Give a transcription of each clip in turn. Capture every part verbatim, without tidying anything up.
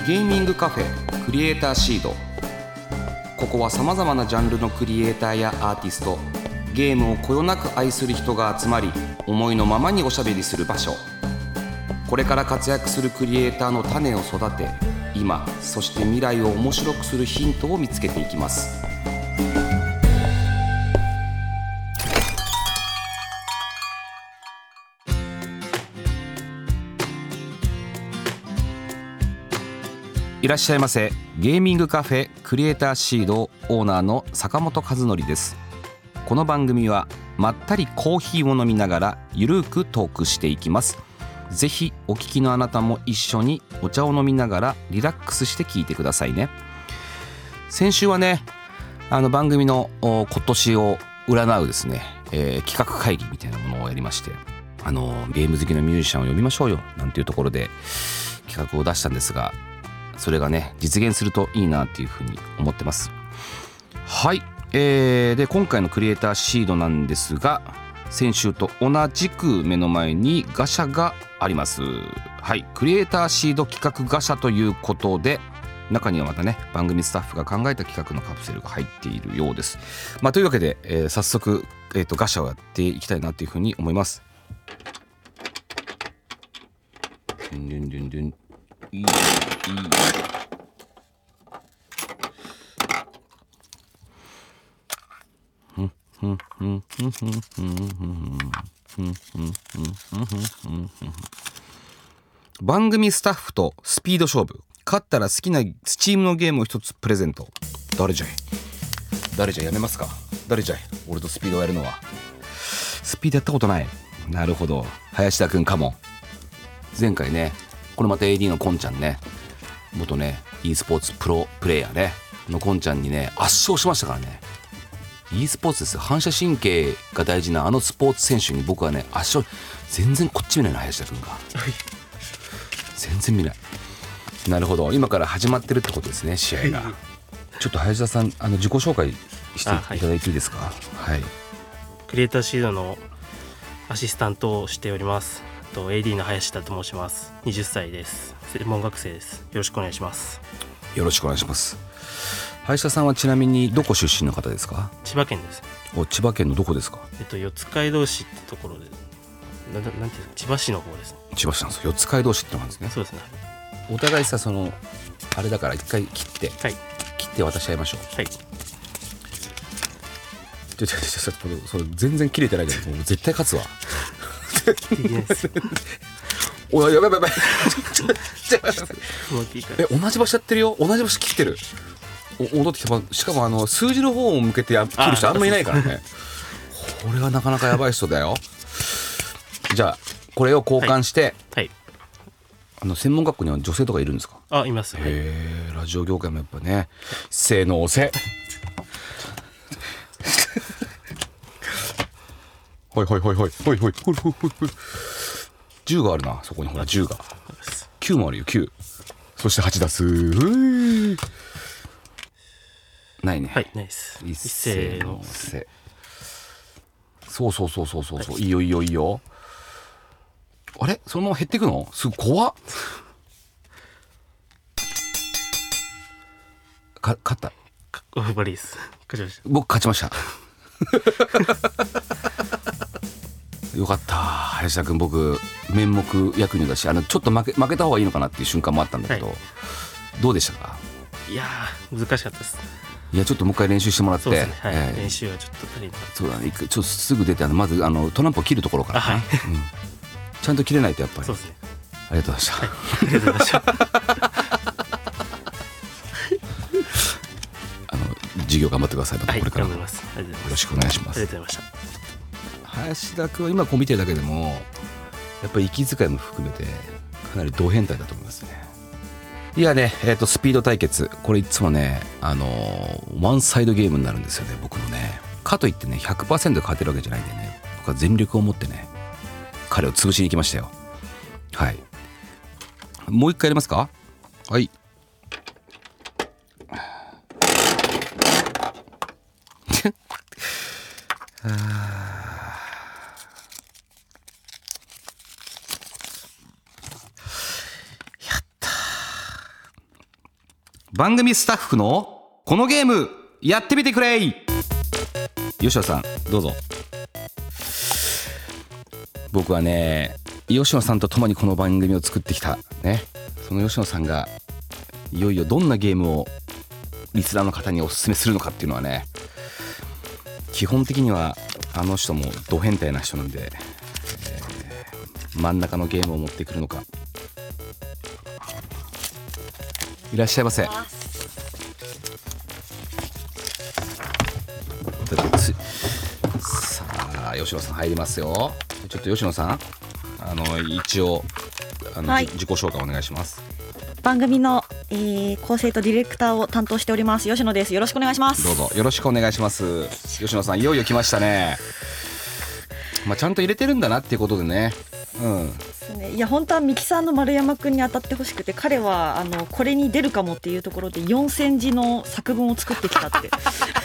ゲーミングカフェクリエイターシード。ここはさまざまなジャンルのクリエイターやアーティスト、ゲームをこよなく愛する人が集まり、思いのままにおしゃべりする場所。これから活躍するクリエイターの種を育て、今そして未来を面白くするヒントを見つけていきます。いらっしゃいませ。ゲーミングカフェクリエイターシードオーナーの坂本和則です。この番組はまったりコーヒーを飲みながらゆるくトークしていきます。ぜひお聞きのあなたも一緒にお茶を飲みながらリラックスして聞いてくださいね。先週はね、あの番組の今年を占うですね、えー、企画会議みたいなものをやりまして、あのゲーム好きのミュージシャンを呼びましょうよなんていうところで企画を出したんですが、それがね実現するといいなっていうふうに思ってます。はい、えー、で今回のクリエイターシードなんですが、先週と同じく目の前にガシャがあります。はい、クリエイターシード企画ガシャということで、中にはまたね番組スタッフが考えた企画のカプセルが入っているようです。まあ、というわけで、えー、早速、えーと、ガシャをやっていきたいなというふうに思います。ドゥンドゥンドゥンドゥン、いいいい番組スタッフとスピード勝負。勝ったら好きなスチームのゲームを一つプレゼント。誰じゃい誰じゃいやめますか。誰じゃい俺とスピードをやるのは。スピードやったことない。なるほど、林田くんかも。前回ね、これまた エーディー のこんちゃんね、元ね e スポーツプロプレイヤーねのこんちゃんにね圧勝しましたからね。 e スポーツですよ。反射神経が大事なあのスポーツ選手に僕はね圧勝。全然こっち見ないの林田君が、はい、全然見ない。なるほど、今から始まってるってことですね、試合が。はい、ちょっと林田さん、あの自己紹介していただいていいですか。はい、はい、 クリエイターシードのアシスタントをしております。と エーディー の林田と申します。はたちです。専門学生です。よろしくお願いします。 よろしくお願いします。林田さんはちなみにどこ出身の方ですか。 千葉県です。 お、千葉県のどこですか。 えっと四街道市ってところで、な、ななんていうの、千葉市の方ですね。 千葉市なんですよ。四街道市ってのがあるんですね。 そうですね。 お互いさ、そのあれだから一回切って、はい、切って渡しちゃいましょう。はい。ちょちょちょちょ、それ全然切れてないけど、もう絶対勝つわ。おい、やばいやばいやばい。え、同じ場所やってるよ。同じ場所切ってる。お戻ってきた。しかもあの数字の方を向けて切る人あんまいないからね。これはなかなかやばい人だよ。じゃあこれを交換して、はいはい、あの専門学校には女性とかいるんですか。 あ、います。 へえ、ラジオ業界もやっぱね、性能せ。はいはいはいはいはいはいはいはい。じゅうがあるな、そこにほらじゅうが。きゅうもあるよ、きゅう。そしてはち出す。ないね。 はい、ないです。 一斉のせ。そうそうそうそうそうそう、はい、いいよいいよいいよ。あれ、そのまま減っていくの。すごい怖っ。か勝った。 オフバリーです。勝ちました。 僕勝ちました。よかった。林田君、僕面目役にだし、あのちょっと負け負けた方がいいのかなっていう瞬間もあったんだけど、はい、どうでしたか。 いやー、難しかったです。 いや、ちょっともう一回練習してもらって。そうですね、はい、えー、練習はちょっと足りない。 そうだね、ちょっとすぐ出て、あのまずあのトランプを切るところから、ね、はい、うん、ちゃんと切れないとやっぱり。 そうですね。 ありがとうございました。 はい、ありがとうございました。 あの授業頑張ってください。またこれからも、 はい、頑張ります。ありがとうございます。 よろしくお願いします。 ありがとうございました。 林田君は今こう見てるだけでもやっぱり息遣いも含めてかなり同変態だと思いますね。いやね、えーとスピード対決、これいつもね、あのー、ワンサイドゲームになるんですよね、僕のね。かといってね ひゃくパーセント 勝てるわけじゃないんでね、僕は全力を持ってね彼を潰しに行きましたよ。はい、もう一回やりますか。はい。あやった番組スタッフのこのゲームやってみてくれ。吉野さんどうぞ。僕はね吉野さんと共にこの番組を作ってきたね。その吉野さんがいよいよどんなゲームをリスナーの方におすすめするのかっていうのはね、基本的にはあの人もド変態な人なんで、えー、真ん中のゲームを持ってくるのか。いらっしゃいませ。だってつさあ吉野さん入りますよ。ちょっと吉野さんあの一応あの、はい、自己紹介お願いします。 番組の、えー、構成とディレクターを担当しております吉野です。よろしくお願いします。 どうぞよろしくお願いします。吉野さんいよいよ来ましたね。まあ、ちゃんと入れてるんだなっていうことでね。うんいや本当はミキさんの丸山くんに当たってほしくて、彼はあのこれに出るかもっていうところでよんせんじの作文を作ってきたって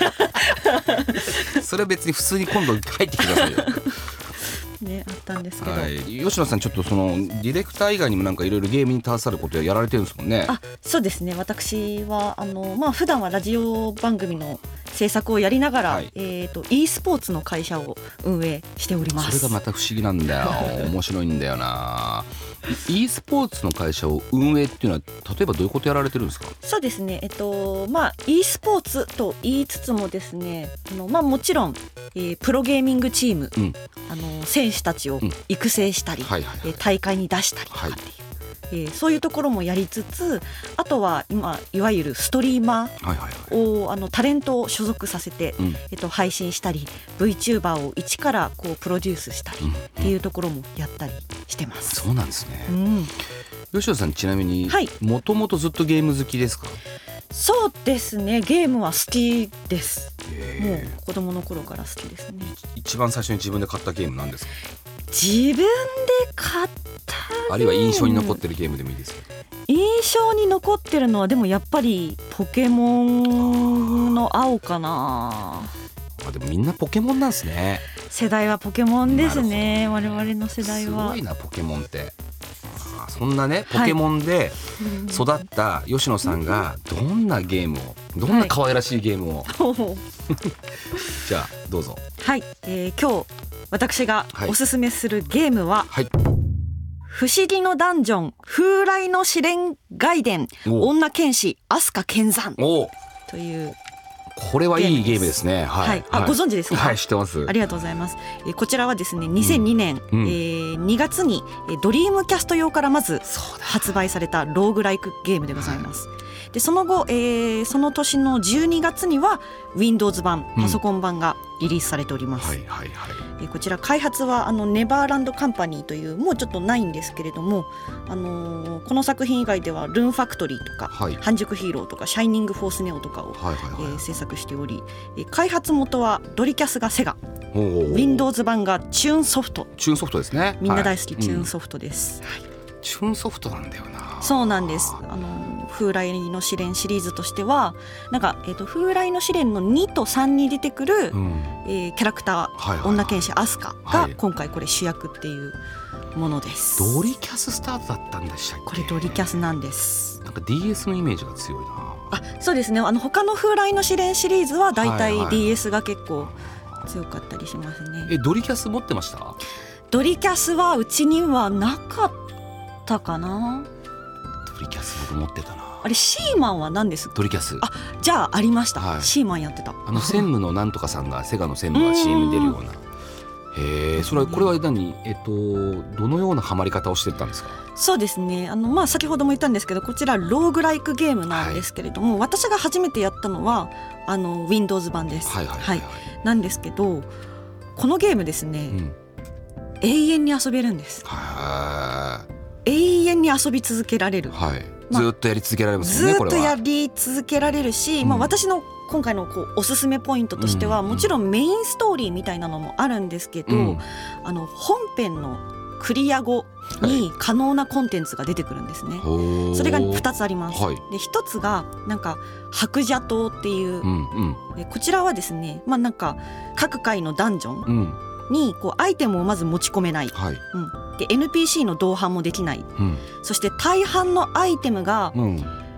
それは別に普通に今度入ってきてくださいよね、あったんですけど、 はい、吉野さんちょっとそのディレクター以外にもなんかいろいろゲームに携わることやられてるんですもんね。 あ、そうですね。私はあの、まあ、普段はラジオ番組の制作をやりながら、はい、えーと、e スポーツの会社を運営しております。 それがまた不思議なんだよ面白いんだよなe スポーツの会社を運営っていうのは例えばどういうことやられてるんですか？ そうですね、えっとまあ、e スポーツと言いつつもですね、あの、まあ、もちろん、えー、プロゲーミングチーム、うん、あの選手たちを育成したり、うんはいはいはい、大会に出したりとかっていう、はいえー、そういうところもやりつつ、あとは今いわゆるストリーマーを、はいはいはい、あのタレントを所属させて、うんえっと、配信したり VTuber を一からこうプロデュースしたりっていうところもやったりしてます、 うんうん、そうなんですね、 うん、 吉野さんちなみにもともとずっとゲーム好きですか？ そうですね、ゲームは好きです。もう子供の頃から好きですね。 一番最初に自分で買ったゲームなんですか？ 自分で買ったあるいは印象に残ってるゲームでもいいですけど。 印象に残ってるのはでもやっぱりポケモンの青かな。 あでもみんなポケモンなんですね。 世代はポケモンですね。我々の世代はすごいなポケモンって。あそんなねポケモンで育った吉野さんがどんなゲームをどんな可愛らしいゲームを、はい、じゃあどうぞ。 はい、えー、今日私がおすすめするゲームは、はい、不思議のダンジョン風来の試練外伝女剣士飛鳥剣山というこれはいいゲームですね。はい、 はい、あ、はい、ご存知ですか？ はい、知ってます。 ありがとうございます。えー、こちらはですねにせんにねん、うんえー、にがつにドリームキャスト用からまず発売されたローグライクゲームでございます。はい、でその後、えー、その年のじゅうにがつには Windows 版パソコン版がリリースされております。うんはいはいはいえー、こちら開発はあのネバーランドカンパニーというもうちょっとないんですけれども、あのー、この作品以外ではルーンファクトリーとか、はい、半熟ヒーローとかシャイニングフォースネオとかを、はいはいはいえー、制作しており、えー、開発元はドリキャスがセガ、Windows 版がチューンソフト。 チューンソフトですね。 みんな大好き、はい、チューンソフトです、 うんはい、チューンソフトなんだよな。 そうなんです。あの風来の試練シリーズとしてはなんか、えー、と風来の試練のにとさんに出てくる、うんえー、キャラクター、はいはいはい、女剣士アスカが今回これ主役っていうものです、 はい、ドリキャススタートだったんでしたっけ？ これドリキャスなんです。 なんか ディーエス のイメージが強いな。 あ、そうですね。あの他の風来の試練シリーズはだいたい ディーエス が結構強かったりしますね。 えドリキャス持ってました？ ドリキャスはうちにはなかったかな。 ドリキャス僕持ってたな。 あれシーマンは何ですか？ ドリキャス。 あ、じゃあありました、はい、シーマンやってた。 あの専務のなんとかさんがセガの専務が シーエム に出るような。へえ、それはこれは何、えっとどのようなハマり方をしてったんですか？ そうですね、あの、まあ、先ほども言ったんですけどこちらローグライクゲームなんですけれども、はい、私が初めてやったのはあの Windows 版です、はいはいはいはい、なんですけどこのゲームですね、うん、永遠に遊べるんです。 は永遠に遊び続けられる、 はいまあ、ずっとやり続けられますよね。 ずっとやり続けられるし、うんまあ、私の今回のこうおすすめポイントとしては、うん、もちろんメインストーリーみたいなのもあるんですけど、うん、あの本編のクリア後に可能なコンテンツが出てくるんですね、はい、それがふたつあります、はい、でひとつがなんか白蛇島っていう、うんうん、でこちらはですね、まあ、なんか各回のダンジョンにこうアイテムをまず持ち込めない、はいうん、で エヌピーシー の同伴もできない、うん、そして大半のアイテムが、うん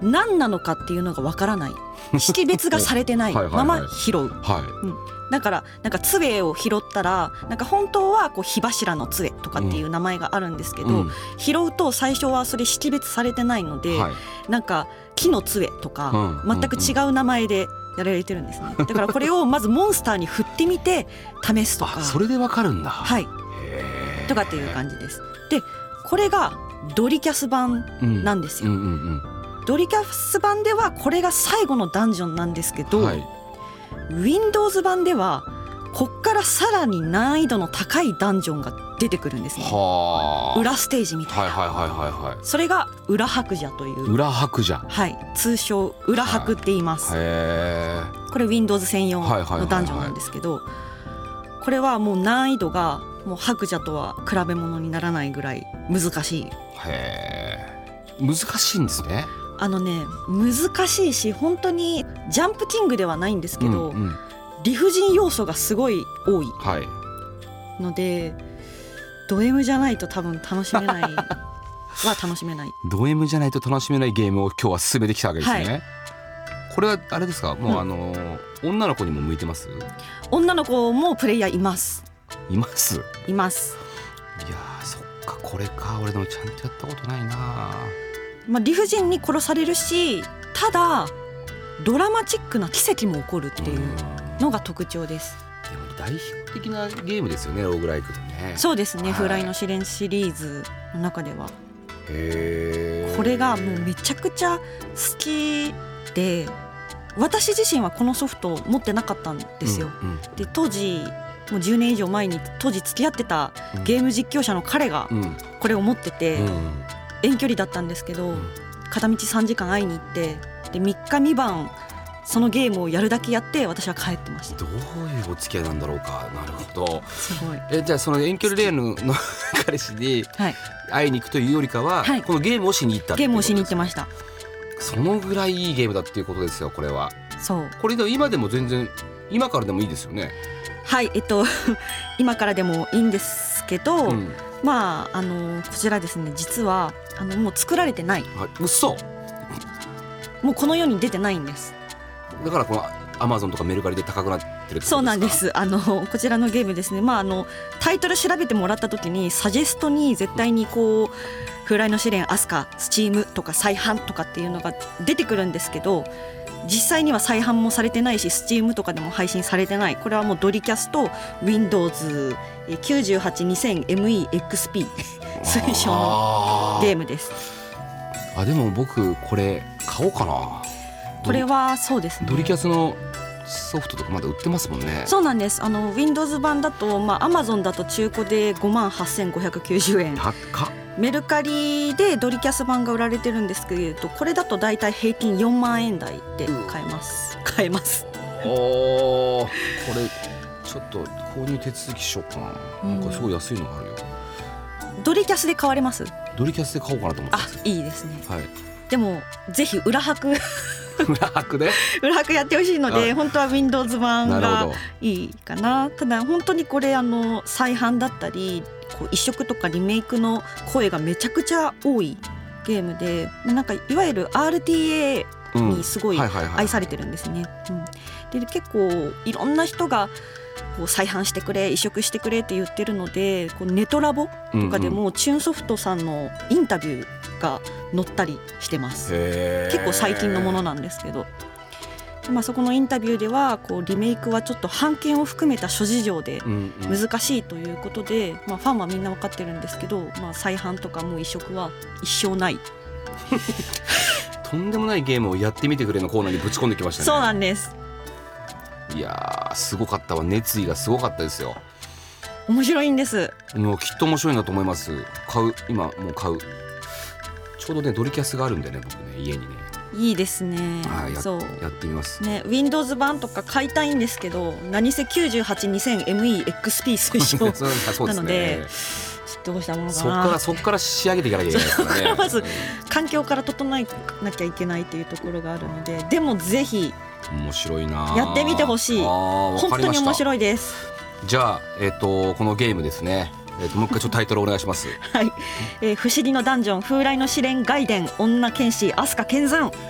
何なのかっていうのがわからない、識別がされてないまま拾う、 はいうん、だからなんか杖を拾ったらなんか本当はこう火柱の杖とかっていう名前があるんですけど、うん、拾うと最初はそれ識別されてないので、はい、なんか木の杖とか全く違う名前でやられてるんですね。だからこれをまずモンスターに振ってみて試すとか、 それでわかるんだ、 はいとかっていう感じです。でこれがドリキャス版なんですよ、うんうんうんうん、ドリキャス版ではこれが最後のダンジョンなんですけど、はい、Windows 版ではこっからさらに難易度の高いダンジョンが出てくるんですね。は裏ステージみたいな、はいはいはいはいはい、それが裏白蛇という裏白蛇、 はい、通称裏白って言います、はい、へこれ Windows 専用のダンジョンなんですけど、はいはいはいはい、これはもう難易度がもう白蛇とは比べ物にならないぐらい難しい。 へー、難しいんですね。 あのね難しいし本当にジャンプキングではないんですけど、うんうん、理不尽要素がすごい多いので、はい、ド M じゃないと多分楽しめないは楽しめないド M じゃないと楽しめないゲームを今日は進めてきたわけですね、はい、これはあれですか、もうあの、うん、女の子にも向いてます？ 女の子もプレイヤーいますいますいますいやそっか、これか。俺でもちゃんとやったことないな。 まあ、理不尽に殺されるし、ただドラマチックな奇跡も起こるっていうのが特徴です。 でも代表的なゲームですよね、ローグライクのね。 そうですね、はい、風来の試練シリーズの中ではへこれがもうめちゃくちゃ好きで、私自身はこのソフト持ってなかったんですよ、うんうん、で当時もうじゅうねん以上前に当時付き合ってたゲーム実況者の彼がこれを持ってて、うんうん、遠距離だったんですけど、うん、片道さんじかん会いに行ってでみっかみばんそのゲームをやるだけやって私は帰ってました。 どういうお付き合いなんだろうか。なるほど。 すごい。 えじゃあその遠距離恋愛 の, の彼氏に会いに行くというよりかは、はい、このゲームをしに行ったっていうことですか？ゲームをしに行ってました。そのぐらいいいゲームだっていうことですよ、これは。そう。これで今でも全然今からでもいいですよね。 はいえっと今からでもいいんですけど、うん、まああのこちらですね、実はあのもう作られてない。 はい、嘘。 もうこの世に出てないんです。 だからこのアマゾンとかメルカリで高くなってるってことですか？ そうなんです。あのこちらのゲームですね、まあ、あのタイトル調べてもらった時にサジェストに絶対にこう風来の試練アスカスチームとか再販とかっていうのが出てくるんですけど、実際には再販もされてないしスチームとかでも配信されてない。これはもうドリキャスと ウィンドウズきゅうじゅうはち にせんエムイーエックスピー 推奨のゲームです。 あでも僕これ買おうかな。 これはそうですね、 ドリキャスのソフトとかまだ売ってますもんね。 そうなんです。あの Windows 版だと、まあ、Amazon だと中古で ごまんはっせんごひゃくきゅうじゅうえん、高っ。メルカリでドリキャス版が売られてるんですけど、これだとだいたい平均よんまんえん台で買えます、うん、買えます。 おー、これちょっと購入手続きしようかな。なんかすごい安いのがあるよ。 ドリキャスで買われます？ ドリキャスで買おうかなと思ってます。 あ、いいですね、 はい、 でもぜひ裏拍裏拍で裏拍やってほしいので、本当は Windows 版がいいかな。ただ本当にこれあの再販だったりこう移植とかリメイクの声がめちゃくちゃ多いゲームで、なんかいわゆる アールティーエー にすごい愛されてるんですね。で結構いろんな人がこう再販してくれ移植してくれって言ってるので、こうネトラボとかでもチューンソフトさんのインタビューが載ったりしてます。結構最近のものなんですけど、まあ、そこのインタビューではこうリメイクはちょっと版権を含めた諸事情で難しいということで、うんうん、まあ、ファンはみんな分かってるんですけど、まあ、再販とかもう移植は一生ないとんでもないゲームをやってみてくれのコーナーにぶち込んできましたね。 そうなんです。 いやすごかったわ。熱意がすごかったですよ。 面白いんです。もうきっと面白いなと思います。買う、今もう買う。ちょうどねドリキャスがあるんでね、僕ね家にね。いいですね。 はい、や, そうやってみますね。 Windows 版とか買いたいんですけど、何せ きゅうじゅうはち にせんエムイーエックスピー 推奨なのでどうしたものかな。 そっからそっから仕上げていかなきゃいけないですからね。 まず環境から整えなきゃいけないというところがあるので、でもぜひ面白いな、 やってみてほしい。本当に面白いです。 じゃあ、えー、とこのゲームですね、えー、ともう一回ちょっとタイトルお願いしますはい、えー、不思議のダンジョン風来の試練外伝女剣士飛鳥剣山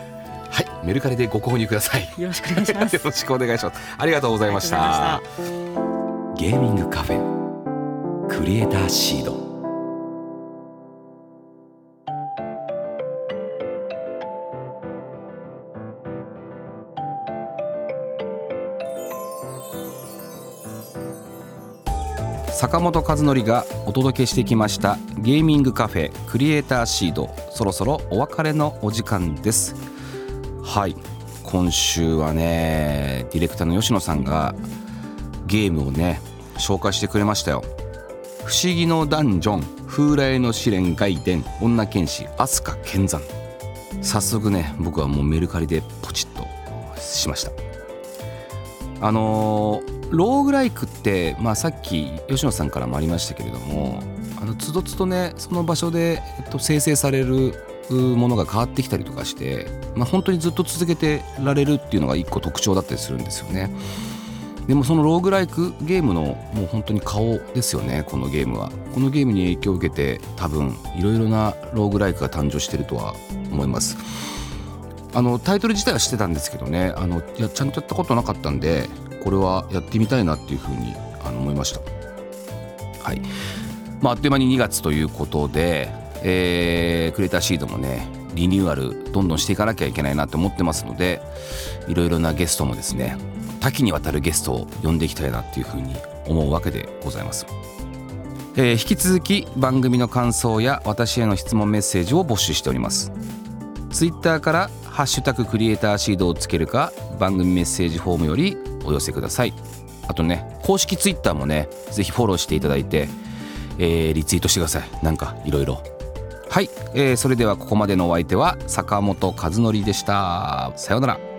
はい、メルカリでご購入ください。 よろしくお願いします。 よろしくお願いします。ありがとうございました。ゲーミングカフェクリエイターシード。坂本和則がお届けしてきましたゲーミングカフェクリエイターシード、そろそろお別れのお時間です。はい、今週はねディレクターの吉野さんがゲームをね紹介してくれましたよ。不思議のダンジョン、風来の試練外伝、女剣士飛鳥剣山。早速ね僕はもうメルカリでポチッとしました。あのーローグライクって、まあ、さっき吉野さんからもありましたけれども、あのつどつどねその場所で、えっと、生成されるものが変わってきたりとかして、まあ、本当にずっと続けてられるっていうのが一個特徴だったりするんですよね。でもそのローグライクゲームのもう本当に顔ですよね。このゲームはこのゲームに影響を受けて多分いろいろなローグライクが誕生してるとは思います。あのタイトル自体は知ってたんですけどね、あのいやちゃんとやったことなかったんでこれはやってみたいなっていうふうにあの思いました。はい、まあ、あっという間ににがつということで、えー、クリエイターシードもねリニューアルどんどんしていかなきゃいけないなと思ってますので、いろいろなゲストもですね多岐にわたるゲストを呼んでいきたいなっていうふうに思うわけでございます。えー、引き続き番組の感想や私への質問メッセージを募集しております。ツイッターからハッシュタグクリエイターシードをつけるか番組メッセージフォームよりお寄せください。あとね公式ツイッターもねぜひフォローしていただいて、えー、リツイートしてください。なんかいろいろ。はい、えー、それではここまでのお相手は坂本和則でした。さようなら。